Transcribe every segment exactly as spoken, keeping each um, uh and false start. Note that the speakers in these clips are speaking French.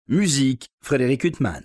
Musique, Frédéric Huttman.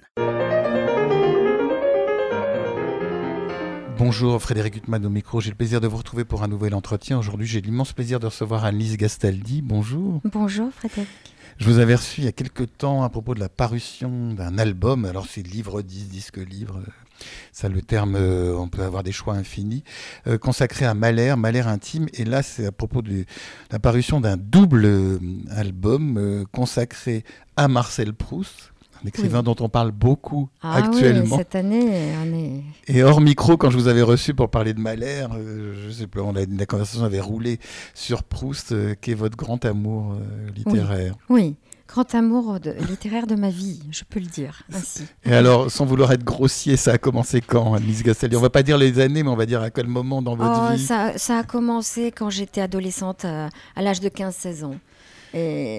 Bonjour, Frédéric Huttman au micro. J'ai le plaisir de vous retrouver pour un nouvel entretien. Aujourd'hui, j'ai l'immense plaisir de recevoir Anne-Lise Gastaldi. Bonjour. Bonjour, Frédéric. Je vous avais reçu il y a quelque temps à propos de la parution d'un album. Alors, c'est livre dix, disque livre. Ça, le terme, euh, on peut avoir des choix infinis. Euh, consacré à Mahler, Mahler intime. Et là, c'est à propos de la parution d'un double euh, album euh, consacré à Marcel Proust. Un écrivain oui. dont on parle beaucoup ah actuellement. Oui, cette année, on est... Et hors micro, quand je vous avais reçu pour parler de Mahler, euh, je sais pas, on a, la conversation avait roulé sur Proust, euh, qui est votre grand amour euh, littéraire. Oui, oui. Grand amour de, littéraire de ma vie, je peux le dire ainsi. Et alors, sans vouloir être grossier, ça a commencé quand, Anne-Lise Gastaldi ? On ne va pas dire les années, mais on va dire à quel moment dans votre oh, vie ? ça, ça a commencé quand j'étais adolescente, à, à l'âge de quinze seize ans. Et,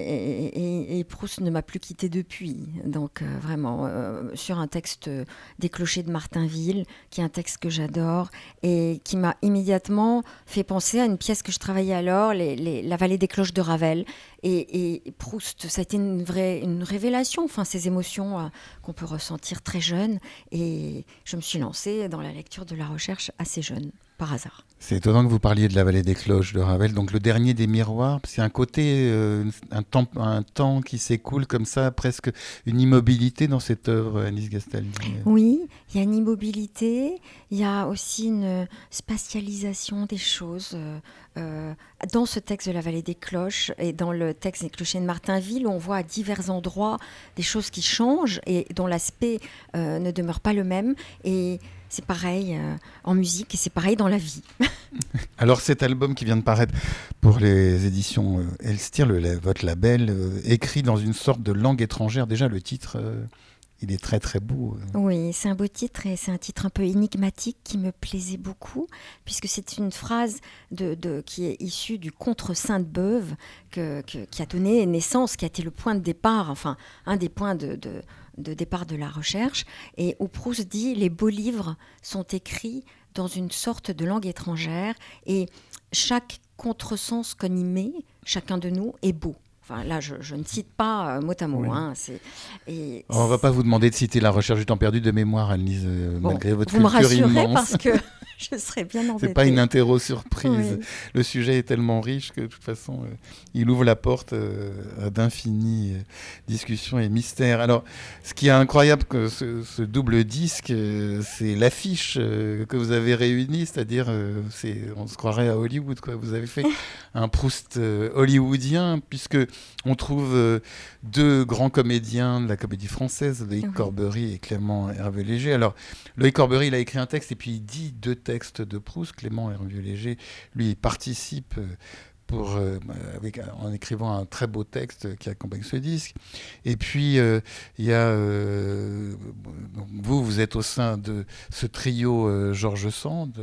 et, et Proust ne m'a plus quittée depuis. Donc euh, vraiment, euh, sur un texte des Clochers de Martinville, qui est un texte que j'adore et qui m'a immédiatement fait penser à une pièce que je travaillais alors, les, les, La Vallée des Cloches de Ravel. Et, et Proust, ça a été une vraie une révélation, enfin, ces émotions euh, qu'on peut ressentir très jeune. Et je me suis lancée dans la lecture de la recherche assez jeune, par hasard. C'est étonnant que vous parliez de La Vallée des Cloches de Ravel, donc le dernier des miroirs. C'est un côté, euh, un, temps, un temps qui s'écoule comme ça, presque une immobilité dans cette œuvre, Anne-Lise Gastaldi. Oui, il y a une immobilité, il y a aussi une spatialisation des choses. Euh, euh, dans ce texte de La Vallée des Cloches et dans le texte des Clochers de Martinville, on voit à divers endroits des choses qui changent et dont l'aspect euh, ne demeure pas le même. Et c'est pareil euh, en musique et c'est pareil dans la vie. Alors cet album qui vient de paraître pour les éditions euh, Elstir, le, la, votre label, euh, écrit dans une sorte de langue étrangère, déjà le titre, euh, il est très très beau. Euh. Oui, c'est un beau titre et c'est un titre un peu énigmatique qui me plaisait beaucoup, puisque c'est une phrase de, de, qui est issue du Contre Sainte-Beuve, que, que, qui a donné naissance, qui a été le point de départ, enfin un des points de... de de départ de la recherche, et où Proust dit « Les beaux livres sont écrits dans une sorte de langue étrangère, et chaque contresens qu'on y met, chacun de nous, est beau. » Enfin, là, je, je ne cite pas euh, mot à mot. Oui. Hein, c'est, et on ne va pas vous demander de citer La Recherche du temps perdu de mémoire, Anne-Lise, euh, bon, malgré votre vous culture me rassurez immense. Parce que je serais bien embêtée. C'est pas une interro surprise. Oui. Le sujet est tellement riche que, de toute façon, euh, il ouvre la porte euh, à d'infinies euh, discussions et mystères. Alors, ce qui est incroyable, que ce, ce double disque, euh, c'est l'affiche euh, que vous avez réunie, c'est-à-dire, euh, c'est, on se croirait à Hollywood, quoi. Vous avez fait un Proust euh, hollywoodien, puisque on trouve euh, deux grands comédiens de la comédie française, Loïc oui. Corbery et Clément Hervé Léger. Alors, Loïc Corbery, il a écrit un texte et puis il dit deux textes de Proust. Clément Hervé Léger, lui, il participe pour, euh, avec, en écrivant un très beau texte qui accompagne ce disque. Et puis, euh, il y a... Euh, donc vous, vous êtes au sein de ce trio euh, Georges Sand,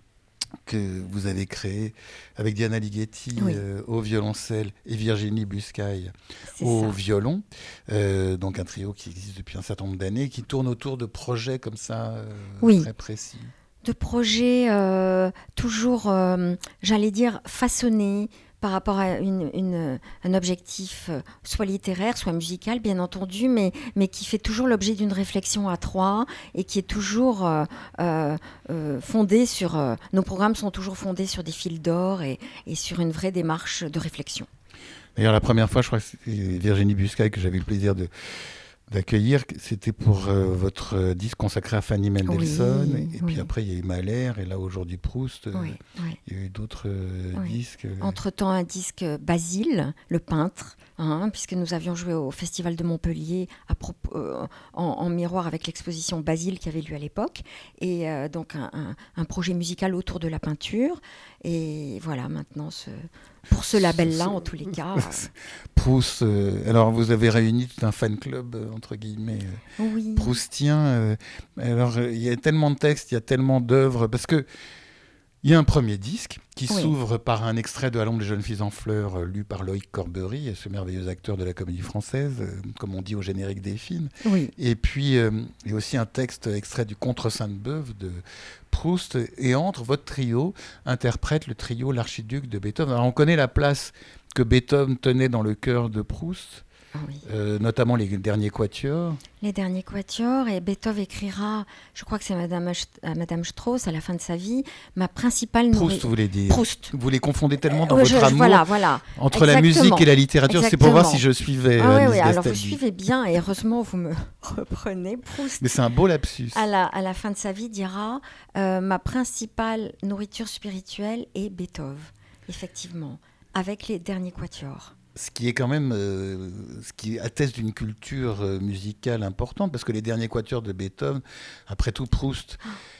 que vous avez créé avec Diana Ligeti oui. euh, au violoncelle et Virginie Buscaille au ça. violon. Euh, donc un trio qui existe depuis un certain nombre d'années, qui tourne autour de projets comme ça, euh, oui. très précis. De projets euh, toujours, euh, j'allais dire, façonnés par rapport à une, une, un objectif euh, soit littéraire, soit musical, bien entendu, mais, mais qui fait toujours l'objet d'une réflexion à trois et qui est toujours euh, euh, euh, fondé sur... Euh, nos programmes sont toujours fondés sur des fils d'or et, et sur une vraie démarche de réflexion. D'ailleurs, la première fois, je crois que c'était Virginie Buscaille que j'avais le plaisir de... d'accueillir, c'était pour euh, votre euh, disque consacré à Fanny Mendelssohn, oui, et, et oui. puis après il y a eu Mahler, et là aujourd'hui Proust, euh, oui, oui. il y a eu d'autres euh, oui. disques. Euh... Entre-temps un disque Basile, le peintre, hein, puisque nous avions joué au Festival de Montpellier à propos, euh, en, en miroir avec l'exposition Basile qui avait lieu à l'époque, et euh, donc un, un, un projet musical autour de la peinture, et voilà maintenant ce... Pour ce label-là, en tous les cas. Proust, euh, alors vous avez réuni tout un fan club, euh, entre guillemets, euh, oui. proustien. Euh, alors, il euh, y a tellement de textes, il y a tellement d'œuvres, parce que il y a un premier disque qui oui. s'ouvre par un extrait de À l'ombre des jeunes filles en fleurs, euh, lu par Loïc Corbery, ce merveilleux acteur de la comédie française, euh, comme on dit au générique des films. Oui. Et puis, euh, il y a aussi un texte extrait du Contre Sainte-Beuve de Proust. Et entre, votre trio interprète le trio L'Archiduc de Beethoven. Alors, on connaît la place que Beethoven tenait dans le cœur de Proust. Ah oui. euh, notamment les derniers quatuors. Les derniers quatuors, et Beethoven écrira, je crois que c'est Madame, Sch- euh, Madame Strauss à la fin de sa vie, ma principale Proust, nourriture. vous voulez dire. Proust. Vous les confondez tellement dans Euh, votre je- je- amour voilà, voilà. entre la Exactement. musique et la littérature. C'est pour voir si Exactement. je suivais Ah euh, oui, Anis oui, alors vous Gastaldi. suivez bien, et heureusement vous me reprenez. Proust, Mais c'est un beau lapsus. à la, à la fin de sa vie, dira euh, ma principale nourriture spirituelle est Beethoven, effectivement, avec les derniers quatuors. Ce qui est quand même, euh, ce qui atteste d'une culture euh, musicale importante, parce que les derniers quatuors de Beethoven, après tout Proust,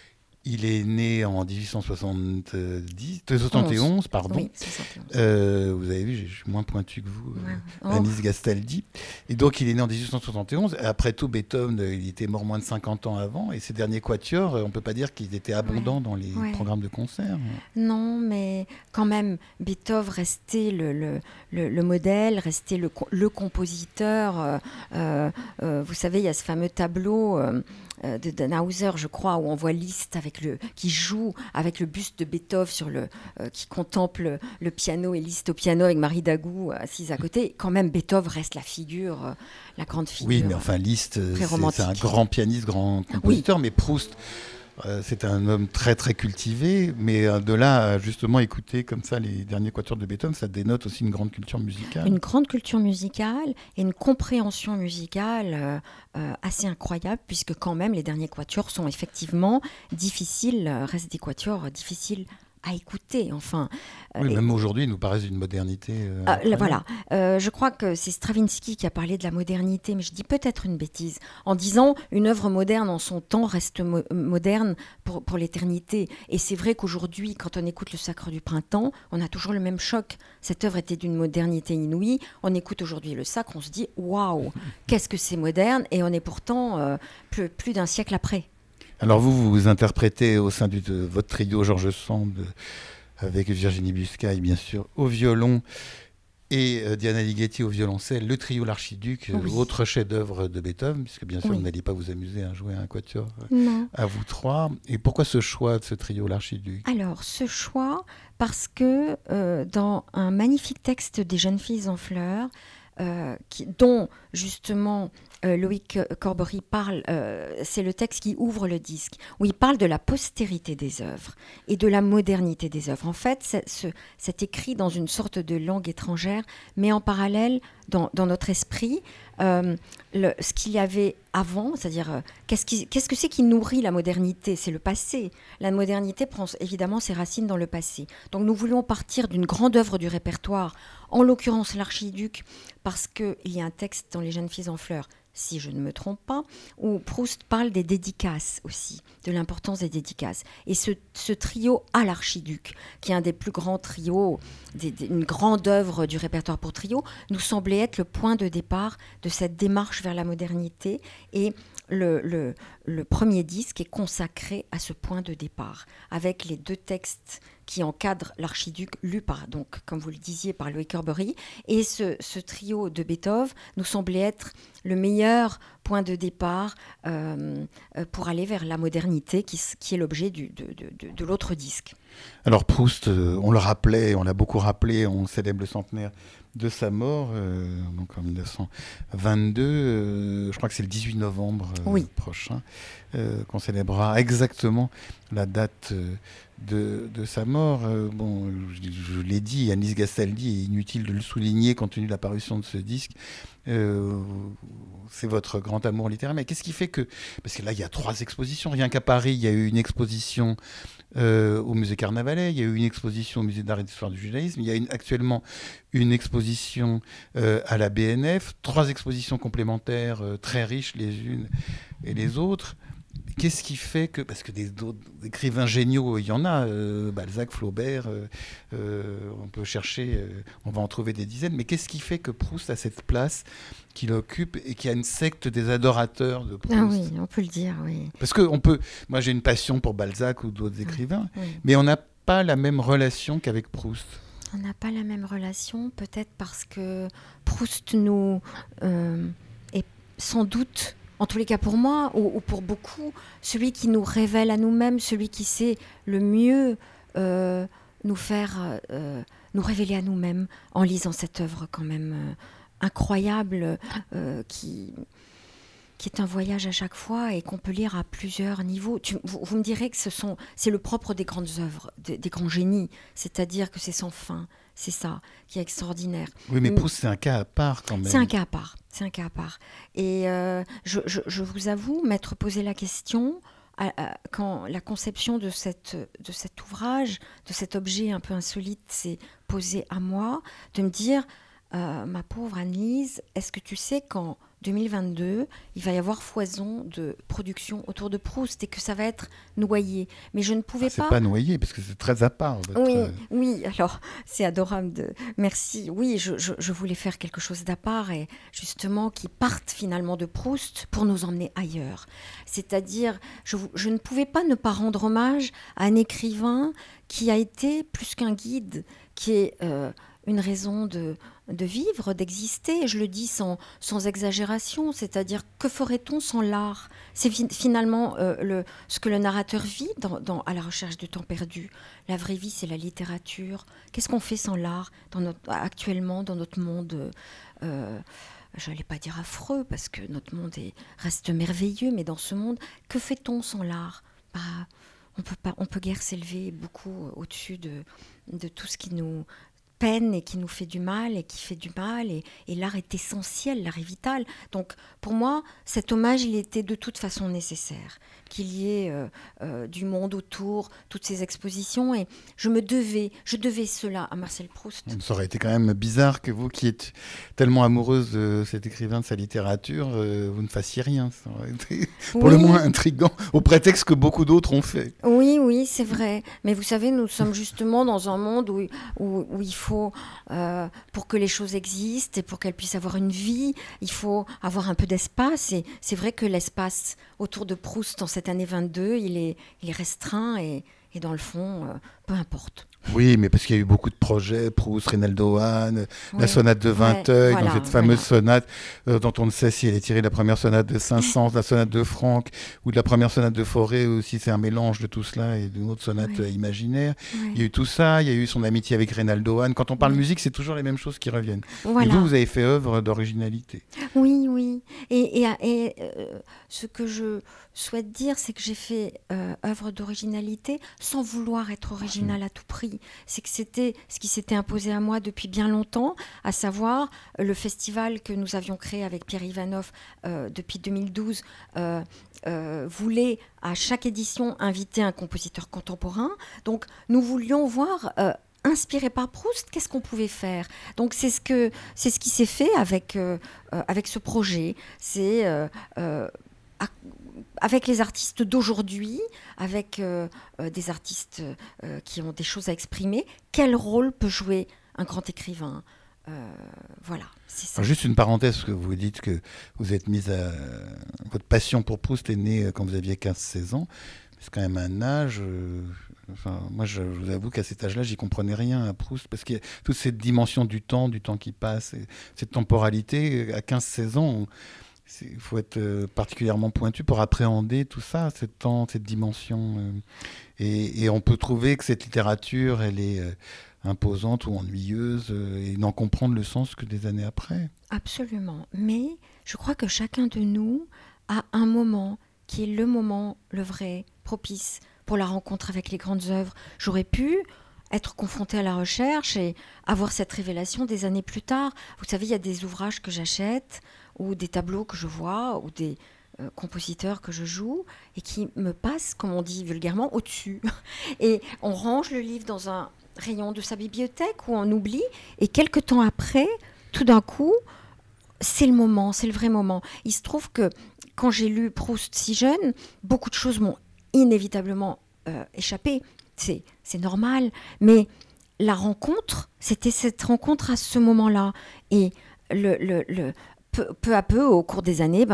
il est né en dix-huit cent soixante-dix, soixante et onze, pardon. Oui, soixante et onze. Euh, vous avez vu, je suis moins pointu que vous, Ouais. euh, Oh. Anis Gastaldi. Et donc, il est né en dix-huit cent soixante et onze. Après tout, Beethoven, euh, il était mort moins de cinquante ans avant. Et ces derniers quatuors, euh, on ne peut pas dire qu'ils étaient abondants dans les Ouais. programmes de concert. Non, mais quand même, Beethoven restait le, le, le, le modèle, restait le, co- le compositeur. euh, euh, euh, vous savez, il y a ce fameux tableau euh, euh, de Dannhauser, je crois, où on voit Liszt avec le, qui joue avec le buste de Beethoven sur le, euh, qui contemple le piano, et Liszt au piano avec Marie Dagou euh, assise à côté. Quand même, Beethoven reste la figure, euh, la grande figure. Oui, mais enfin, Liszt, euh, très c'est romantique. c'est un grand pianiste, grand compositeur, mais Proust, euh, c'est un homme très très cultivé, mais euh, de là à justement écouter comme ça les derniers quatuors de Beethoven, ça dénote aussi une grande culture musicale. Une grande culture musicale et une compréhension musicale euh, euh, assez incroyable, puisque quand même les derniers quatuors sont effectivement difficiles, euh, restent des quatuors euh, difficiles à écouter. Enfin, euh, Oui, et- même aujourd'hui, ils nous paraissent d'une modernité. euh, Ah, là, incroyable. voilà, Euh, je crois que c'est Stravinsky qui a parlé de la modernité, mais je dis peut-être une bêtise, en disant une œuvre moderne en son temps reste mo- moderne pour, pour l'éternité. Et c'est vrai qu'aujourd'hui, quand on écoute le Sacre du Printemps, on a toujours le même choc. Cette œuvre était d'une modernité inouïe. On écoute aujourd'hui le Sacre, on se dit waouh, qu'est-ce que c'est moderne, et on est pourtant euh, plus, plus d'un siècle après. Alors vous, vous interprétez au sein du- de votre trio Georges Sand, euh, avec Virginie Buscaille, bien sûr, au violon, et euh, Diana Ligeti au violoncelle, le trio L'Archiduc, euh, Oui. autre chef-d'œuvre de Beethoven, puisque bien sûr, Oui. vous n'alliez pas vous amuser à jouer un quatuor euh, Non. à vous trois. Et pourquoi ce choix de ce trio L'Archiduc? Alors, ce choix, parce que euh, dans un magnifique texte des Jeunes filles en fleurs, euh, qui, dont justement euh, Loïc Corbery parle, euh, c'est le texte qui ouvre le disque, où il parle de la postérité des œuvres et de la modernité des œuvres. En fait, c'est, ce, c'est écrit dans une sorte de langue étrangère, mais en parallèle, dans, dans notre esprit, euh, le, ce qu'il y avait avant, c'est-à-dire euh, qu'est-ce, qui, qu'est-ce que c'est qui nourrit la modernité? C'est le passé. La modernité prend évidemment ses racines dans le passé. Donc nous voulions partir d'une grande œuvre du répertoire, en l'occurrence l'Archiduc, parce qu'il y a un texte dans Les Jeunes filles en fleurs, si je ne me trompe pas, où Proust parle des dédicaces aussi, de l'importance des dédicaces. Et ce, ce trio à l'Archiduc, qui est un des plus grands trios, des, des, une grande œuvre du répertoire pour trio, nous semblait être le point de départ de cette démarche vers la modernité. Et le, le, le premier disque est consacré à ce point de départ, avec les deux textes qui encadrent l'Archiduc, lu par, donc, comme vous le disiez, par Loïc Corbery. Et ce, ce trio de Beethoven nous semblait être le meilleur point de départ euh, pour aller vers la modernité, qui, qui est l'objet du, de, de, de, de l'autre disque. Alors Proust, euh, on le rappelait, on l'a beaucoup rappelé, on célèbre le centenaire de sa mort, euh, donc en dix-neuf cent vingt-deux, euh, je crois que c'est le dix-huit novembre euh, Oui. prochain, euh, qu'on célébrera exactement la date euh, de, de sa mort. Euh, bon, je, je l'ai dit, Anis Gastaldi, est inutile de le souligner compte tenu de la parution de ce disque. Euh, c'est votre grand amour littéraire, mais qu'est-ce qui fait que... Parce que là, il y a trois expositions, rien qu'à Paris, il y a eu une exposition euh, au musée Carnavalet, il y a eu une exposition au musée d'art et d'histoire du judaïsme, il y a une, actuellement une exposition euh, à la B N F, trois expositions complémentaires euh, très riches les unes et les autres. Qu'est-ce qui fait que, parce que des d'autres écrivains géniaux, il y en a, euh, Balzac, Flaubert, euh, euh, on peut chercher, euh, on va en trouver des dizaines, mais qu'est-ce qui fait que Proust a cette place qu'il occupe et qu'il y a une secte des adorateurs de Proust? Ah oui, on peut le dire, oui. Parce que on peut, moi j'ai une passion pour Balzac ou d'autres écrivains, Oui. mais on n'a pas la même relation qu'avec Proust. On n'a pas la même relation, peut-être parce que Proust nous euh, est sans doute, en tous les cas pour moi, ou, ou pour beaucoup, celui qui nous révèle à nous-mêmes, celui qui sait le mieux euh, nous faire, euh, nous révéler à nous-mêmes en lisant cette œuvre quand même euh, incroyable euh, qui, qui est un voyage à chaque fois et qu'on peut lire à plusieurs niveaux. Tu, vous, vous me direz que ce sont, c'est le propre des grandes œuvres, des, des grands génies, c'est-à-dire que c'est sans fin. C'est ça qui est extraordinaire. Oui, mais Proust, c'est un cas à part quand même. C'est un cas à part. C'est un cas à part. Et euh, je, je, je vous avoue m'être posé la question à, à, quand la conception de, cette, de cet ouvrage, de cet objet un peu insolite s'est posée à moi, de me dire, euh, ma pauvre Anne-Lise, est-ce que tu sais qu'en deux mille vingt-deux, il va y avoir foison de production autour de Proust et que ça va être noyé. Mais je ne pouvais ah, c'est pas... C'est pas noyé, parce que c'est très à part. Votre... Oui, oui, alors, c'est adorable. De... Merci. Oui, je, je, je voulais faire quelque chose d'à part et justement qui parte finalement de Proust pour nous emmener ailleurs. C'est-à-dire, je, je ne pouvais pas ne pas rendre hommage à un écrivain qui a été plus qu'un guide, qui est euh, une raison de... de vivre, d'exister, je le dis sans, sans exagération, c'est-à-dire que ferait-on sans l'art ? C'est fi- finalement euh, le, ce que le narrateur vit dans, dans, à la recherche du temps perdu. La vraie vie, c'est la littérature. Qu'est-ce qu'on fait sans l'art dans notre, actuellement dans notre monde euh, je n'allais pas dire affreux, parce que notre monde est, reste merveilleux, mais dans ce monde, que fait-on sans l'art ? Bah, on peut pas, on peut guère s'élever beaucoup au-dessus de, de tout ce qui nous... peine et qui nous fait du mal et qui fait du mal et, et l'art est essentiel, l'art est vital. Donc pour moi, cet hommage, il était de toute façon nécessaire, qu'il y ait euh, euh, du monde autour, toutes ces expositions et je me devais, je devais cela à Marcel Proust. Ça aurait été quand même bizarre que vous qui êtes tellement amoureuse de cet écrivain, de sa littérature, euh, vous ne fassiez rien. Ça aurait été pour oui. le moins intriguant, au prétexte que beaucoup d'autres ont fait. Oui, oui, c'est vrai. Mais vous savez, nous sommes justement dans un monde où, où, où il faut Euh, pour que les choses existent et pour qu'elles puissent avoir une vie, il faut avoir un peu d'espace. Et c'est vrai que l'espace autour de Proust en cette année vingt-deux, il est, il est restreint et, et dans le fond, euh, peu importe. Oui, mais parce qu'il y a eu beaucoup de projets, Proust, Reynaldo Hahn, oui. la sonate de Vinteuil, ouais, voilà, donc cette fameuse voilà. sonate euh, dont on ne sait si elle est tirée de la première sonate de Saint-Saëns, de la sonate de Franck ou de la première sonate de Fauré, ou si c'est un mélange de tout cela et d'une autre sonate oui. euh, imaginaire. Oui. Il y a eu tout ça, il y a eu son amitié avec Reynaldo Hahn. Quand on parle oui. musique, c'est toujours les mêmes choses qui reviennent. Voilà. Et vous, vous avez fait œuvre d'originalité. Oui, oui. Et, et, et euh, ce que je souhaite dire, c'est que j'ai fait euh, œuvre d'originalité sans vouloir être original à tout prix. C'est que c'était ce qui s'était imposé à moi depuis bien longtemps, à savoir euh, le festival que nous avions créé avec Pierre Ivanov euh, depuis deux mille douze euh, euh, voulait à chaque édition inviter un compositeur contemporain. Donc nous voulions voir... Euh, inspiré par Proust, qu'est-ce qu'on pouvait faire ? Donc c'est ce que c'est ce qui s'est fait avec euh, euh, avec ce projet. C'est euh, euh, à, avec les artistes d'aujourd'hui, avec euh, euh, des artistes euh, qui ont des choses à exprimer. Quel rôle peut jouer un grand écrivain ? Euh, voilà, c'est ça. Alors juste une parenthèse, que vous dites que vous êtes mise à votre passion pour Proust est née quand vous aviez quinze seize ans. C'est quand même un âge. Euh... Enfin, moi, je, je vous avoue qu'à cet âge-là, j'y comprenais rien à Proust, parce qu'il y a toute cette dimension du temps, du temps qui passe, et cette temporalité. À quinze seize ans, il faut être particulièrement pointu pour appréhender tout ça, ce temps, cette dimension. Et, et on peut trouver que cette littérature, elle est imposante ou ennuyeuse, et n'en comprendre le sens que des années après. Absolument. Mais je crois que chacun de nous a un moment qui est le moment, le vrai, propice, pour la rencontre avec les grandes œuvres. J'aurais pu être confrontée à la recherche et avoir cette révélation des années plus tard. Vous savez, il y a des ouvrages que j'achète ou des tableaux que je vois ou des euh, compositeurs que je joue et qui me passent, comme on dit vulgairement, au-dessus. Et on range le livre dans un rayon de sa bibliothèque où on oublie et quelques temps après, tout d'un coup, c'est le moment, c'est le vrai moment. Il se trouve que quand j'ai lu Proust si jeune, beaucoup de choses m'ont inévitablement euh, échappé, c'est, c'est normal, mais la rencontre, c'était cette rencontre à ce moment-là, et le, le, le, peu, peu à peu, au cours des années, ben,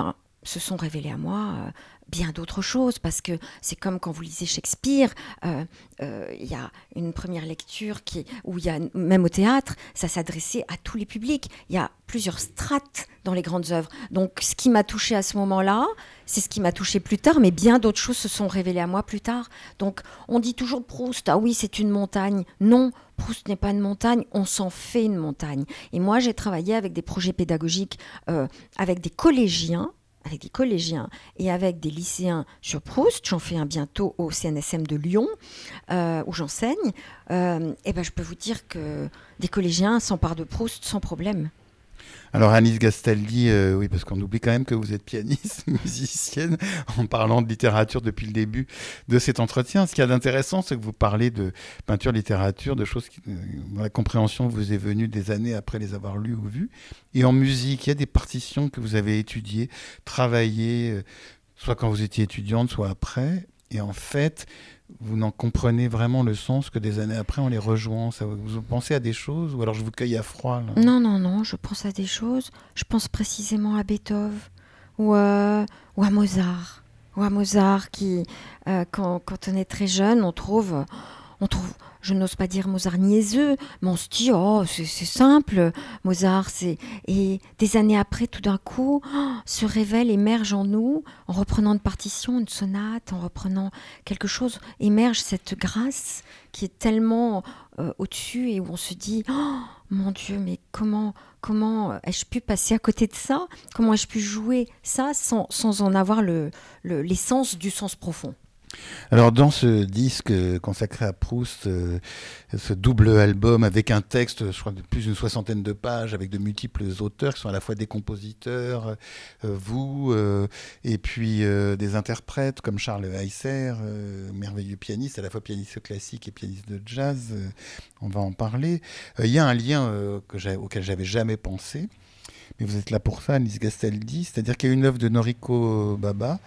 se sont révélées à moi euh, bien d'autres choses, parce que c'est comme quand vous lisez Shakespeare, euh, euh, il y a une première lecture qui, où il y a, même au théâtre, ça s'adressait à tous les publics. Il y a plusieurs strates dans les grandes œuvres. Donc ce qui m'a touchée à ce moment-là, c'est ce qui m'a touchée plus tard, mais bien d'autres choses se sont révélées à moi plus tard. Donc on dit toujours Proust, ah oui, c'est une montagne. Non, Proust n'est pas une montagne, on s'en fait une montagne. Et moi, j'ai travaillé avec des projets pédagogiques, euh, avec des collégiens, avec des collégiens et avec des lycéens sur Proust. J'en fais un bientôt au C N S M de Lyon, euh, où j'enseigne. Euh, et ben, je peux vous dire que des collégiens s'emparent de Proust sans problème. Alors Anis Gastaldi, euh, oui, parce qu'on oublie quand même que vous êtes pianiste, musicienne, en parlant de littérature depuis le début de cet entretien. Ce qu'il y a d'intéressant, c'est que vous parlez de peinture, littérature, de choses qui, dont la compréhension vous est venue des années après les avoir lues ou vues. Et en musique, il y a des partitions que vous avez étudiées, travaillées, euh, soit quand vous étiez étudiante, soit après. Et en fait, vous n'en comprenez vraiment le sens que des années après, en les rejoignant. Ça, vous pensez à des choses ou alors je vous cueille à froid là. Non, non, non, je pense à des choses. Je pense précisément à Beethoven ou, euh, ou à Mozart. Ou à Mozart qui, euh, quand, quand on est très jeune, on trouve... On trouve je n'ose pas dire Mozart niaiseux, mais on se dit, oh, c'est, c'est simple, Mozart, c'est... Et des années après, tout d'un coup, oh, se révèle, émerge en nous, en reprenant une partition, une sonate, en reprenant quelque chose, émerge cette grâce qui est tellement euh, au-dessus et où on se dit, oh, mon Dieu, mais comment, comment ai-je pu passer à côté de ça ? Comment ai-je pu jouer ça sans, sans en avoir le, le, l'essence du sens profond ? Alors dans ce disque consacré à Proust, euh, ce double album avec un texte, je crois de plus d'une soixantaine de pages, avec de multiples auteurs qui sont à la fois des compositeurs, euh, vous, euh, et puis euh, des interprètes comme Charles Heisser, euh, merveilleux pianiste, à la fois pianiste classique et pianiste de jazz, euh, on va en parler. Il euh, y a un lien euh, que j'ai, auquel j'avais jamais pensé, mais vous êtes là pour ça, Anis Gastaldi, c'est-à-dire qu'il y a une œuvre de Noriko Baba,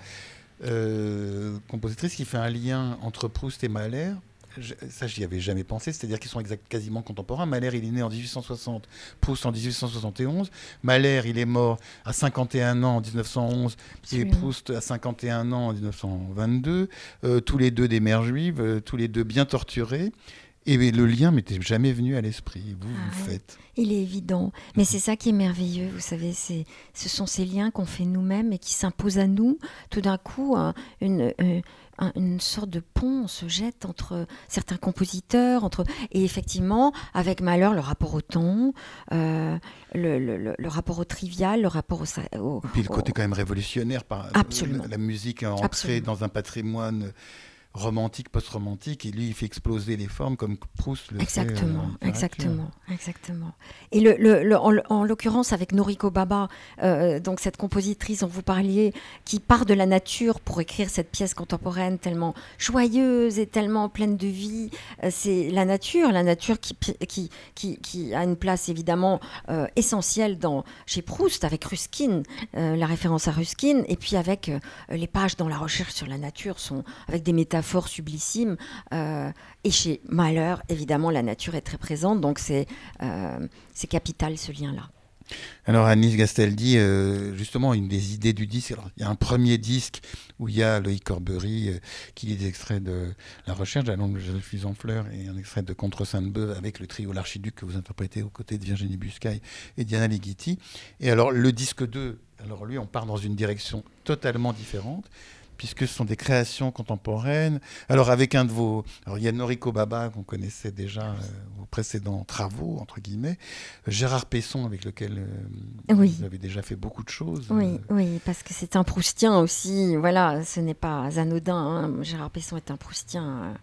Euh, compositrice qui fait un lien entre Proust et Mahler. Je, ça, j'y avais jamais pensé, c'est-à-dire qu'ils sont exact, quasiment contemporains. Mahler, il est né en dix-huit cent soixante, Proust en dix-huit cent soixante et onze. Mahler, il est mort à cinquante et un ans en dix-neuf cent onze et Proust à cinquante et un ans en dix-neuf cent vingt-deux. Euh, tous les deux des mères juives, euh, tous les deux bien torturés. Et le lien m'était jamais venu à l'esprit. Vous, ah, vous faites. Il est évident. Mais c'est ça qui est merveilleux, vous savez. C'est, ce sont ces liens qu'on fait nous-mêmes et qui s'imposent à nous. Tout d'un coup, un, une, une, une sorte de pont se jette entre certains compositeurs. Entre... Et effectivement, avec Mahler, le rapport au ton, euh, le, le, le, le rapport au trivial, le rapport au... au et puis le côté au... quand même révolutionnaire. Par, Absolument. La, la musique est entrée Absolument. Dans un patrimoine... romantique, post-romantique, et lui, il fait exploser les formes comme Proust le exactement, fait. Euh, exactement, exactement. Et le, le, le, en, en l'occurrence, avec Noriko Baba, euh, donc cette compositrice dont vous parliez, qui part de la nature pour écrire cette pièce contemporaine tellement joyeuse et tellement pleine de vie, euh, c'est la nature, la nature qui, qui, qui, qui a une place évidemment euh, essentielle dans, chez Proust, avec Ruskin, euh, la référence à Ruskin, et puis avec euh, les pages dans la recherche sur la nature, sont avec des métaphores fort sublissime, euh, et chez Mahler, évidemment, la nature est très présente, donc c'est, euh, c'est capital ce lien-là. Alors Anis Gastaldi, euh, justement, une des idées du disque, alors, il y a un premier disque où il y a Loïc Corbery euh, qui lit des extraits de La Recherche, de la langue de Joseph en fleurs, et un extrait de Contre Sainte-Beuve avec le trio L'Archiduc que vous interprétez aux côtés de Virginie Buscaille et Diana Ligeti. Et alors le disque deux, alors lui, on part dans une direction totalement différente, puisque ce sont des créations contemporaines. Alors, avec un de vos... Alors, il y a Noriko Baba, qu'on connaissait déjà, euh, vos précédents travaux, entre guillemets. Gérard Pesson, avec lequel euh, oui. vous avez déjà fait beaucoup de choses. Oui, euh... oui, parce que c'est un Proustien aussi. Voilà, ce n'est pas anodin. Hein. Gérard Pesson est un Proustien euh,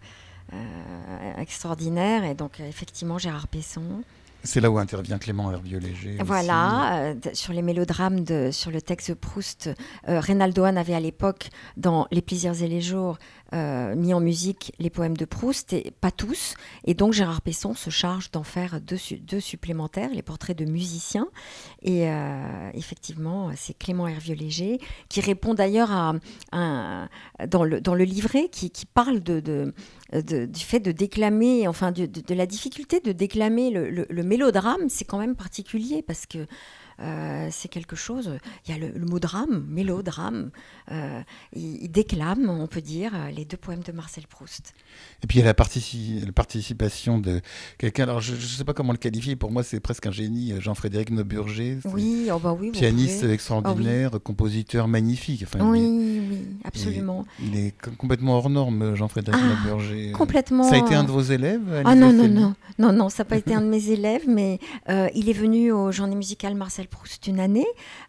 euh, extraordinaire. Et donc, effectivement, Gérard Pesson... C'est là où intervient Clément Hervieux-Léger. Voilà, euh, sur les mélodrames, de, sur le texte de Proust, euh, Reynaldo Hahn avait à l'époque, dans Les plaisirs et les jours, euh, mis en musique les poèmes de Proust, et pas tous. Et donc Gérard Pesson se charge d'en faire deux, deux supplémentaires, les portraits de musiciens. Et euh, effectivement, c'est Clément Hervieux-Léger, qui répond d'ailleurs à, à, dans, le, dans le livret, qui, qui parle de... de De, du fait de déclamer, enfin de, de, de la difficulté de déclamer le, le, le mélodrame, c'est quand même particulier parce que euh, c'est quelque chose. Il y a le, le mot drame, mélodrame. Euh, il, il déclame, on peut dire, les deux poèmes de Marcel Proust. Et puis il y a la, partici- la participation de quelqu'un, alors je ne sais pas comment le qualifier, pour moi c'est presque un génie, Jean-Frédéric Neuburger. Oui, oh bah oui. Pianiste extraordinaire, oh oui. Compositeur magnifique. Enfin, oui, il est, oui, absolument. Il est, il est complètement hors norme, Jean-Frédéric ah, Neuburger. Complètement. Ça a été un de vos élèves? Ah non, non, non, non, non, ça n'a pas été un de mes élèves, mais euh, il est venu aux Journées musicales Marcel Proust une année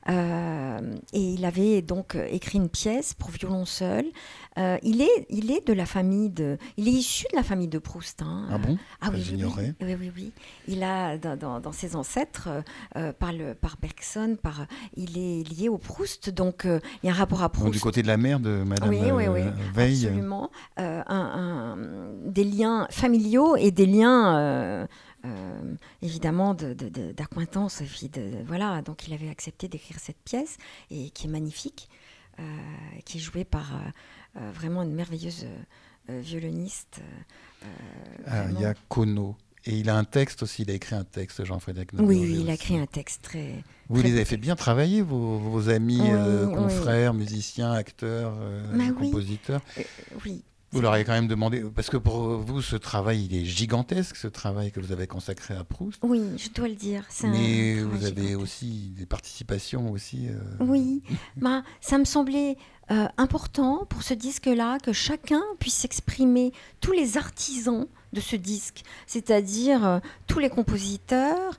euh, et il avait donc écrit une pièce pour violon seul. Euh, il, est, il est de la famille de... Il est issu de la famille de Proust. Hein. Ah bon? Ah oui, j'ignorais. Oui, oui, oui, oui. Il a, dans, dans, dans ses ancêtres, euh, par, le, par Bergson, par, il est lié au Proust, donc euh, il y a un rapport à Proust. Donc, du côté de la mère de Madame oui, oui, oui, euh, Veil. Absolument. Euh, un, un, des liens familiaux et des liens... Euh, Euh, évidemment de, de, de, d'acquaintance, de, voilà, donc il avait accepté d'écrire cette pièce et qui est magnifique, euh, qui est jouée par euh, vraiment une merveilleuse euh, violoniste. Euh, ah, il y a Kono. Et il a un texte aussi, il a écrit un texte, Jean-Frédéric Neuburger. Oui, il a aussi. écrit un texte très... Vous très les avez fait bien travailler, vos, vos amis, oui, euh, oui. confrères, musiciens, acteurs, euh, bah, compositeurs. Oui. Euh, oui. Vous leur avez quand même demandé, parce que pour vous, ce travail, il est gigantesque, ce travail que vous avez consacré à Proust. Oui, je dois le dire. C'est Mais un vous avez gigantesque. aussi des participations aussi. Euh... Oui, bah, ça me semblait euh, important pour ce disque-là que chacun puisse s'exprimer, tous les artisans de ce disque, c'est-à-dire euh, tous les compositeurs,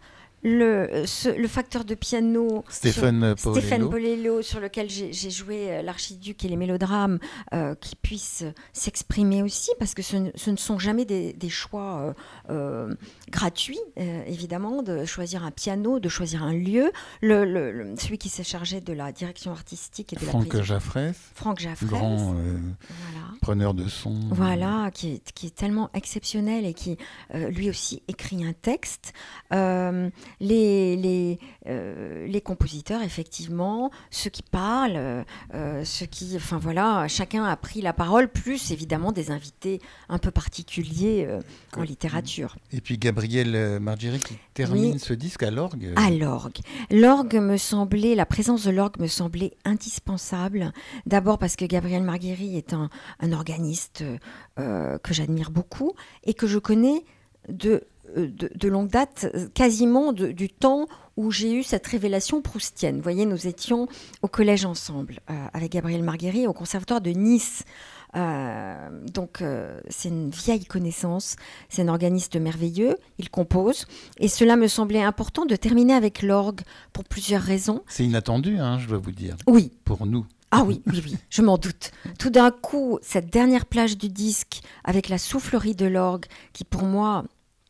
Le, ce, le facteur de piano Stéphane sur, Stéphane Polello, sur lequel j'ai, j'ai joué euh, l'archiduc et les mélodrames, euh, qui puissent s'exprimer aussi, parce que ce ne, ce ne sont jamais des, des choix euh, euh, gratuits, euh, évidemment, de choisir un piano, de choisir un lieu. Le, le, le, celui qui s'est chargé de la direction artistique et de Franck la prise... Jaffrès, Franck Jaffrès, grand euh, voilà. preneur de son. Voilà, qui est, qui est tellement exceptionnel et qui, euh, lui aussi, écrit un texte. Euh, Les, les, euh, les compositeurs, effectivement, ceux qui parlent, euh, ceux qui, enfin voilà, chacun a pris la parole, plus évidemment des invités un peu particuliers euh, en littérature. Et puis Gabriel Margiry qui termine oui. ce disque à l'orgue. À l'orgue. L'orgue me semblait, la présence de l'orgue me semblait indispensable. D'abord parce que Gabriel Margiry est un, un organiste euh, que j'admire beaucoup et que je connais de De, de longue date, quasiment de, du temps où j'ai eu cette révélation proustienne. Vous voyez, nous étions au collège ensemble, euh, avec Gabriel Margiry, au conservatoire de Nice. Euh, donc, euh, c'est une vieille connaissance, c'est un organiste merveilleux, il compose, et cela me semblait important de terminer avec l'orgue pour plusieurs raisons. C'est inattendu, hein, je dois vous dire. Oui. Pour nous. Ah oui, oui, oui, je m'en doute. Tout d'un coup, cette dernière plage du disque, avec la soufflerie de l'orgue, qui pour moi...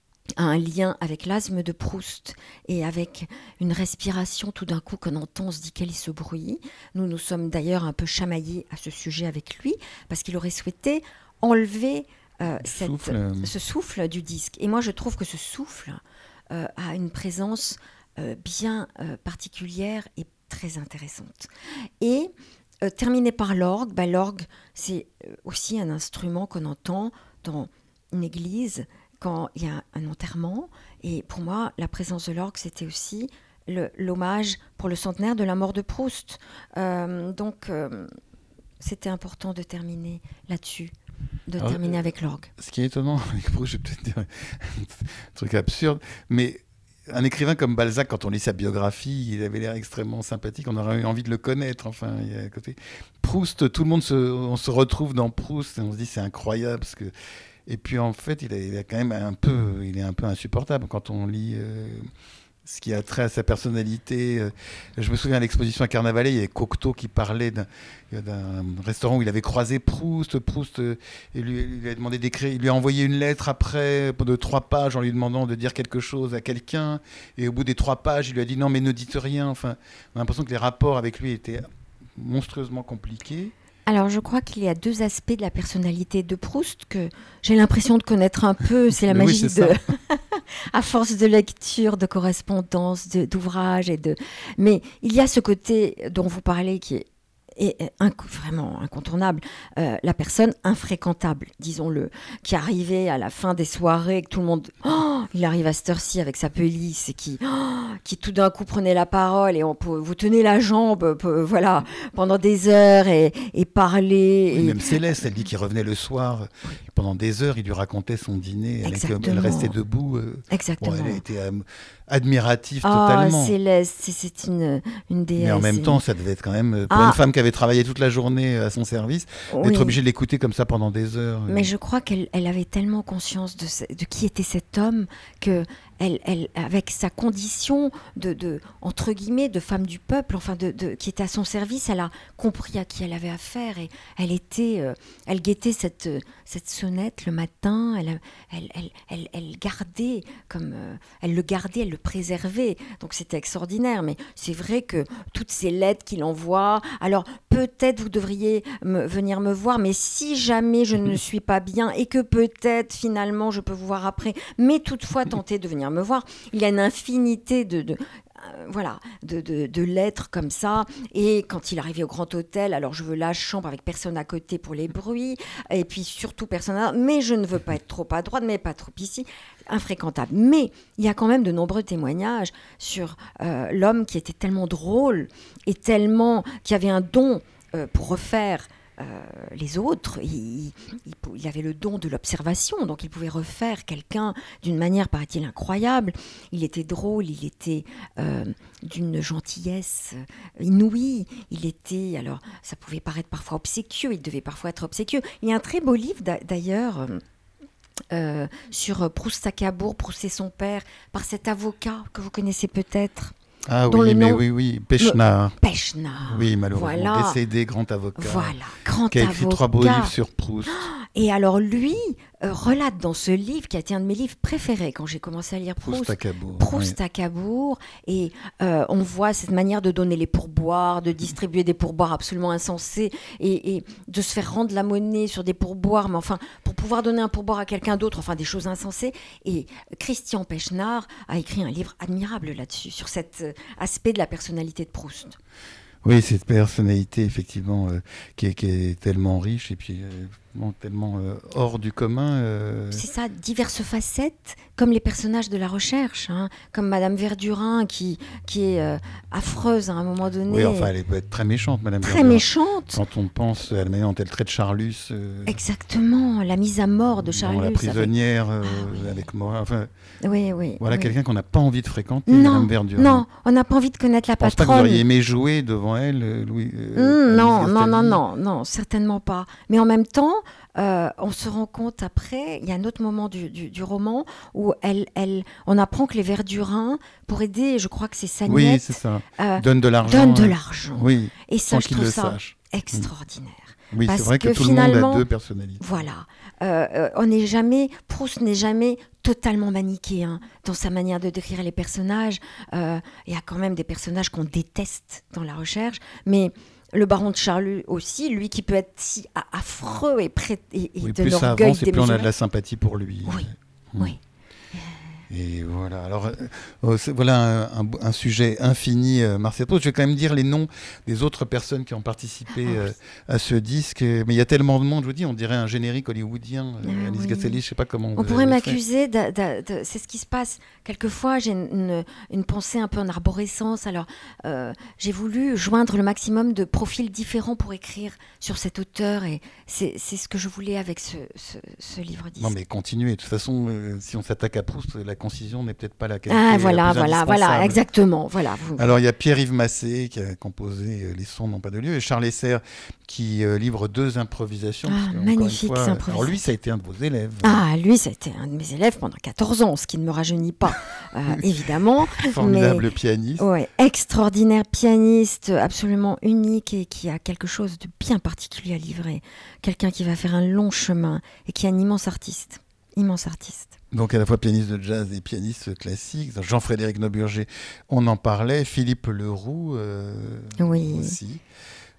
a un lien avec l'asthme de Proust et avec une respiration tout d'un coup qu'on entend, on se dit quel est ce bruit. Nous nous sommes d'ailleurs un peu chamaillés à ce sujet avec lui parce qu'il aurait souhaité enlever euh, cette, souffle. ce souffle du disque. Et moi je trouve que ce souffle euh, a une présence euh, bien euh, particulière et très intéressante. Et euh, terminé par l'orgue, bah, l'orgue c'est aussi un instrument qu'on entend dans une église quand il y a un enterrement. Et pour moi, la présence de l'orgue, c'était aussi le, l'hommage pour le centenaire de la mort de Proust. Euh, donc, euh, c'était important de terminer là-dessus, de Alors, terminer euh, avec l'orgue. Ce qui est étonnant avec Proust, je vais peut-être dire un truc absurde, mais un écrivain comme Balzac, quand on lit sa biographie, il avait l'air extrêmement sympathique, on aurait eu envie de le connaître. Enfin, il y a à côté. Proust, tout le monde se, on se retrouve dans Proust et on se dit c'est incroyable parce que. Et puis en fait, il, a, il, a quand même un peu, il est un peu insupportable quand on lit euh, ce qui a trait à sa personnalité. Euh, je me souviens à l'exposition à Carnavalet, il y avait Cocteau qui parlait d'un, d'un restaurant où il avait croisé Proust. Proust, euh, et lui, il lui a demandé d'écrire, il lui a envoyé une lettre après de trois pages en lui demandant de dire quelque chose à quelqu'un. Et au bout des trois pages, il lui a dit non mais ne dites rien. Enfin, on a l'impression que les rapports avec lui étaient monstrueusement compliqués. Alors, je crois qu'il y a deux aspects de la personnalité de Proust que j'ai l'impression de connaître un peu. C'est la Mais magie oui, c'est de... à force de lecture, de correspondance, de, d'ouvrages et de... Mais il y a ce côté dont vous parlez qui est et un, vraiment incontournable, euh, la personne infréquentable, disons-le, qui arrivait à la fin des soirées, que tout le monde, oh, il arrive à cette heure-ci avec sa pelisse et qui, oh, qui tout d'un coup prenait la parole et on peut, vous tenez la jambe, peut, voilà, pendant des heures et, et parler. Oui, et... Même Céleste, elle dit qu'il revenait le soir, oui. pendant des heures, il lui racontait son dîner, elle, était, elle restait debout. Euh, Exactement. Bon, elle était euh, admirative oh, totalement. Céleste, c'est, c'est une, une déesse. Mais en même et... temps, ça devait être quand même, pour ah. une femme qui avait travaillé toute la journée à son service, oui. d'être obligée de l'écouter comme ça pendant des heures. Mais je crois qu'elle elle avait tellement conscience de, ce, de qui était cet homme que elle, elle, avec sa condition de, de, entre guillemets, de femme du peuple, enfin de, de, qui était à son service, elle a compris à qui elle avait affaire et elle était, euh, elle guettait cette, cette sonnette le matin, elle, elle, elle, elle, elle gardait comme, euh, elle le gardait, elle le préservait, donc c'était extraordinaire. Mais c'est vrai que toutes ces lettres qu'il envoie, alors peut-être vous devriez me, venir me voir, mais si jamais je ne suis pas bien et que peut-être finalement je peux vous voir après, mais toutefois tentez de venir me voir. Il y a une infinité de, de euh, voilà, de, de, de lettres comme ça. Et quand il arrivait au Grand Hôtel, alors je veux la chambre avec personne à côté pour les bruits, et puis surtout personne à... mais je ne veux pas être trop à droite, mais pas trop ici, infréquentable. Mais il y a quand même de nombreux témoignages sur euh, l'homme qui était tellement drôle et tellement, qui avait un don euh, pour refaire Euh, les autres, il, il, il avait le don de l'observation, donc il pouvait refaire quelqu'un d'une manière, paraît-il, incroyable. Il était drôle, il était euh, d'une gentillesse inouïe, il était, alors ça pouvait paraître parfois obséquieux, il devait parfois être obséquieux. Il y a un très beau livre d'ailleurs euh, sur Proust à Cabourg, Proust et son père, par cet avocat que vous connaissez peut-être. Ah oui, mais oui, oui, Pechnard. Pechnard. Oui, malheureusement, voilà. décédé, grand avocat. Voilà, grand qui a écrit avocat. trois beaux livres sur Proust. Et alors lui euh, relate dans ce livre, qui a été un de mes livres préférés quand j'ai commencé à lire Proust, Proust à Cabourg. Proust oui. à Cabourg, et euh, on voit cette manière de donner les pourboires, de distribuer des pourboires absolument insensés, et, et de se faire rendre la monnaie sur des pourboires, mais enfin, pour pouvoir donner un pourboire à quelqu'un d'autre, enfin des choses insensées. Et Christian Pechnard a écrit un livre admirable là-dessus, sur cet euh, aspect de la personnalité de Proust. Oui, cette personnalité, effectivement, euh, qui, est, qui est tellement riche et puis euh, bon, tellement euh, hors du commun. Euh... C'est ça, diverses facettes, comme les personnages de la recherche, hein, comme Madame Verdurin, qui, qui est euh, affreuse à un moment donné. Oui, enfin, elle peut être très méchante, Madame Très Verdurin. méchante. Quand on pense à la manière dont elle traite Charlus. Euh... Exactement, la mise à mort de Charlus. La prisonnière avec, euh, ah, oui. avec Morin. Enfin, oui, oui. voilà oui. quelqu'un qu'on n'a pas envie de fréquenter, non, Madame Verdurin. Non, on n'a pas envie de connaître la patronne. Je pense patronne. pas que vous auriez aimé jouer devant elle, Louis. Euh, mmh, non, non, non, non, non, certainement pas. Mais en même temps, euh, on se rend compte après, il y a un autre moment du, du, du roman où elle, elle, on apprend que les Verdurins, pour aider, je crois que c'est Sagnette, oui, c'est ça. Euh, donne de l'argent. Donne de l'argent. Oui. Et ça, sans je qu'il trouve le ça sache. extraordinaire. Oui, Parce c'est vrai que, que tout le monde a deux personnalités. Voilà. Euh, euh, on n'est jamais, Proust n'est jamais totalement manichéen dans sa manière de décrire les personnages. Euh, il y a quand même des personnages qu'on déteste dans la recherche, mais le baron de Charlus aussi, lui qui peut être si affreux et, prêt, et, et oui, de plus ça l'orgueil avance et plus on a de la sympathie pour lui. Oui, mmh. oui. Et voilà, alors euh, voilà un, un, un sujet infini, euh, Marcel Proust. Je vais quand même dire les noms des autres personnes qui ont participé oh, euh, à ce disque. Mais il y a tellement de monde, je vous dis, on dirait un générique hollywoodien. Euh, ah, Alice oui. Gasselli, je ne sais pas comment. On pourrait m'accuser, de, de, de, c'est ce qui se passe. Quelquefois, j'ai une, une, une pensée un peu en arborescence. Alors, euh, j'ai voulu joindre le maximum de profils différents pour écrire sur cet auteur. Et c'est, c'est ce que je voulais avec ce, ce, ce livre-disque. Non, mais continuez. De toute façon, euh, si on s'attaque à Proust, la concision n'est peut-être pas la qualité. Ah, voilà, la plus voilà, voilà, exactement. Voilà, vous... Alors, il y a Pierre-Yves Massé qui a composé euh, Les sons n'ont pas de lieu et Charles Esser qui euh, livre deux improvisations. Ah, magnifiques improvisations. Alors, lui, ça a été un de vos élèves. Ah, lui, ça a été un de mes élèves pendant quatorze ans, ce qui ne me rajeunit pas, euh, évidemment. Formidable mais... pianiste. Ouais, extraordinaire pianiste, absolument unique et qui a quelque chose de bien particulier à livrer. Quelqu'un qui va faire un long chemin et qui est un immense artiste. Immense artiste. Donc à la fois pianiste de jazz et pianiste classique. Jean-Frédéric Nauburger, on en parlait. Philippe Leroux euh, oui. aussi.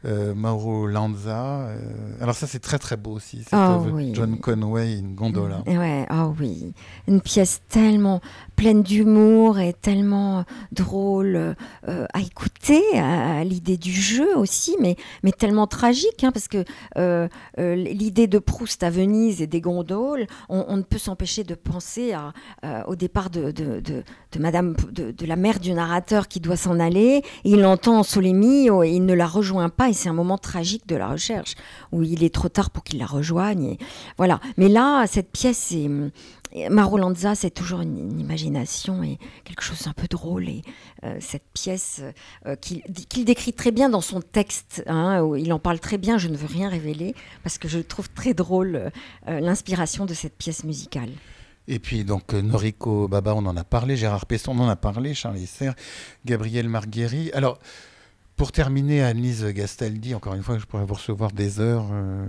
euh, Mauro Lanza. Euh, alors ça, c'est très très beau aussi. Cette Oh, œuvre, oui. John Conway, une gondola. Ouais, oh oui, une pièce tellement pleine d'humour et tellement drôle euh, à écouter, à, à l'idée du jeu aussi, mais, mais tellement tragique, hein, parce que euh, euh, l'idée de Proust à Venise et des gondoles, on, on ne peut s'empêcher de penser à, euh, au départ de, de, de, de, Madame, de, de la mère du narrateur qui doit s'en aller, et il l'entend Solémio et il ne la rejoint pas, et c'est un moment tragique de la recherche, où il est trop tard pour qu'il la rejoigne. Et voilà. Mais là, cette pièce est... Mauro Lanza, c'est toujours une, une imagination et quelque chose d'un peu drôle. Et euh, cette pièce euh, qu'il, qu'il décrit très bien dans son texte, hein, où il en parle très bien, je ne veux rien révéler, parce que je trouve très drôle euh, l'inspiration de cette pièce musicale. Et puis donc euh, Noriko Baba, on en a parlé, Gérard Pesson, on en a parlé, Charles Serre, Gabriel Marguerri. Alors, pour terminer, Annelise Gastaldi, encore une fois, je pourrais vous recevoir des heures euh,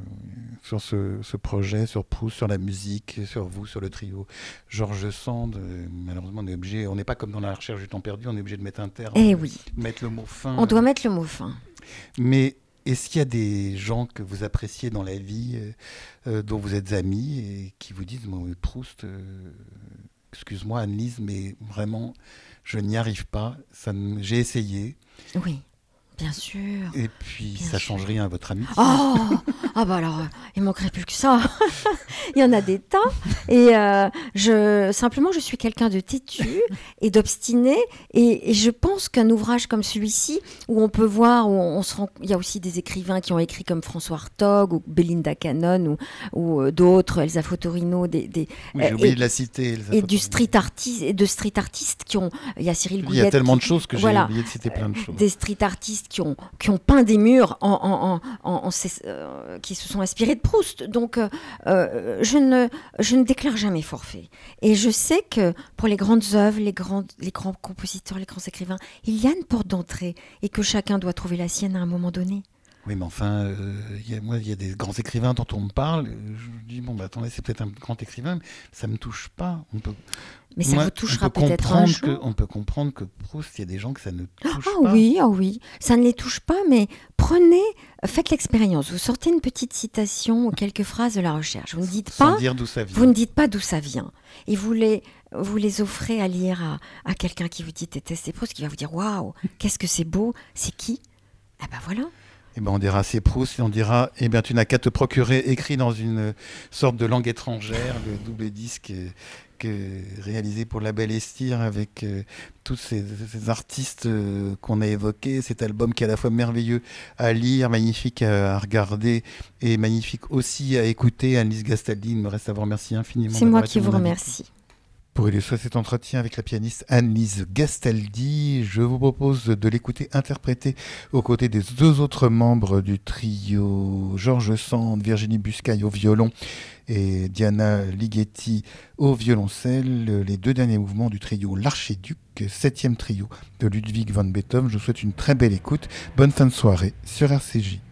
sur ce, ce projet, sur Proust, sur la musique, sur vous, sur le trio George Sand. Euh, malheureusement, on est obligé, on n'est pas comme dans La Recherche du temps perdu, on est obligé de mettre un terme, Eh oui. de mettre le mot fin. On doit mettre le mot fin. Mais est-ce qu'il y a des gens que vous appréciez dans la vie, euh, dont vous êtes amis, et qui vous disent, bon, Proust, euh, excuse-moi Annelise, mais vraiment, je n'y arrive pas, ça me... j'ai essayé. Oui, bien sûr. Et puis, bien ça sûr. change rien à votre amitié. Oh Ah bah alors, euh, il manquerait plus que ça. Il y en a des tas. Et euh, je, simplement, je suis quelqu'un de têtu et d'obstiné. Et, et je pense qu'un ouvrage comme celui-ci, où on peut voir, où on, on se rend, il y a aussi des écrivains qui ont écrit comme François Hartog ou Belinda Cannon ou, ou euh, d'autres, Elsa Fotorino, des, des, Oui, j'ai oublié et, de la citer. Elsa et Fotorino. du street artiste, et de street artistes qui ont. Il y a Cyril Il Gouillet. y a tellement qui, de choses que j'ai voilà, oublié de citer plein de choses. Des street artistes qui ont, qui ont peint des murs, en, en, en, en, en, euh, qui se sont inspirés de Proust. Donc, euh, je, ne, je ne déclare jamais forfait. Et je sais que pour les grandes œuvres, les grands, les grands compositeurs, les grands écrivains, il y a une porte d'entrée et que chacun doit trouver la sienne à un moment donné. Oui, mais enfin, euh, y a, moi, il y a des grands écrivains dont on me parle. Je me dis, bon, bah, attendez, c'est peut-être un grand écrivain, mais ça ne me touche pas. On peut... Mais ça Moi, vous touchera on peut peut-être un jour. Que, on peut comprendre que Proust, il y a des gens que ça ne touche ah, pas. Oui, ah oui, ça ne les touche pas, mais prenez, faites l'expérience. Vous sortez une petite citation ou quelques phrases de La Recherche. Vous ne dites Sans pas, dire d'où ça vient. Vous ne dites pas d'où ça vient. Et vous les, vous les offrez à lire à, à quelqu'un qui vous dit détester Proust, qui va vous dire waouh, qu'est-ce que c'est beau, c'est qui? Ah ben voilà. Eh ben on dira c'est Proust et on dira eh bien tu n'as qu'à te procurer écrit dans une sorte de langue étrangère le double disque euh, que, réalisé pour La Belle Estire avec euh, tous ces, ces artistes euh, qu'on a évoqués, cet album qui est à la fois merveilleux à lire, magnifique à, à regarder et magnifique aussi à écouter. Annelise Gastaldi, il me reste à vous remercier infiniment. C'est moi qui vous remercie. Pour illustrer cet entretien avec la pianiste Annelise Gastaldi, je vous propose de l'écouter interpréter aux côtés des deux autres membres du trio, George Sand, Virginie Buscaille au violon et Diana Ligeti au violoncelle, les deux derniers mouvements du trio L'Archiduc, septième trio de Ludwig van Beethoven. Je vous souhaite une très belle écoute. Bonne fin de soirée sur R C J.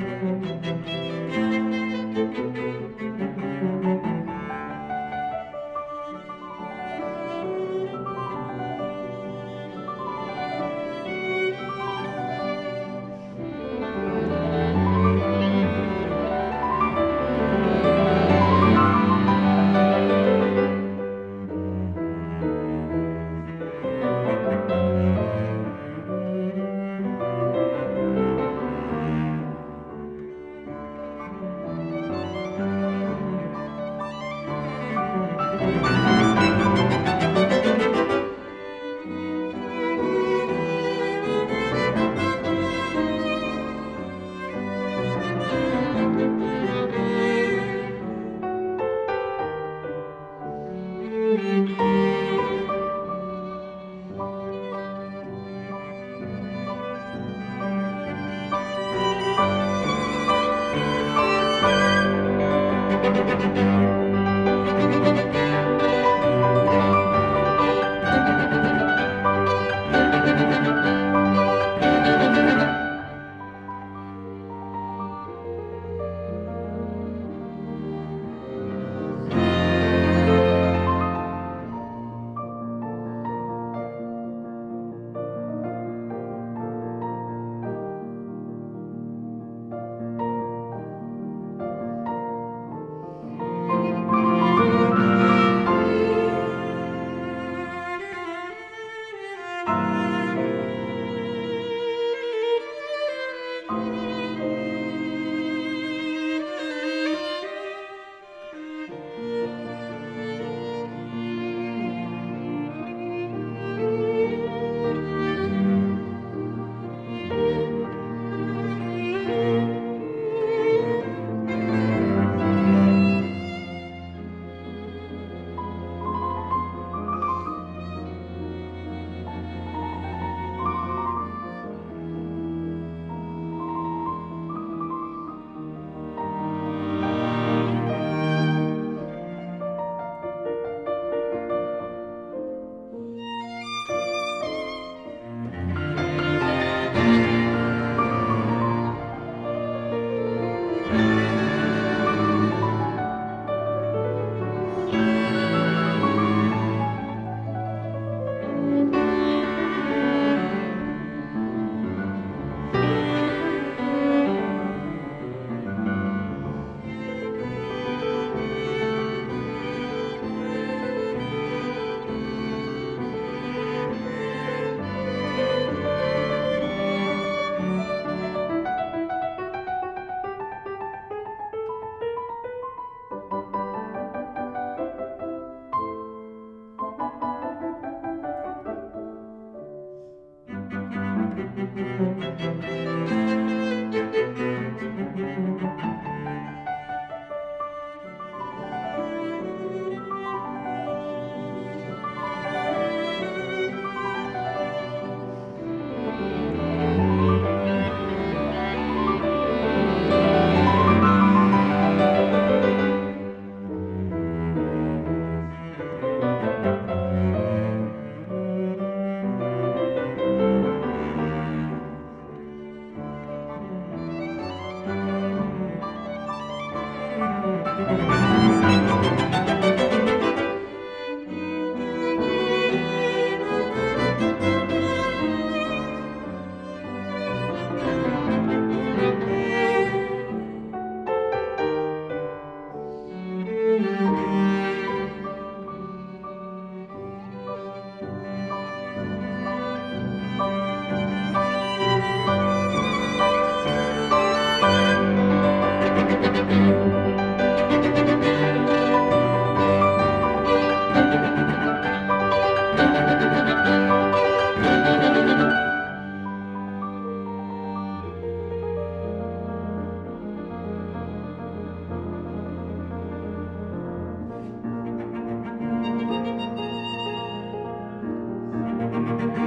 Thank you.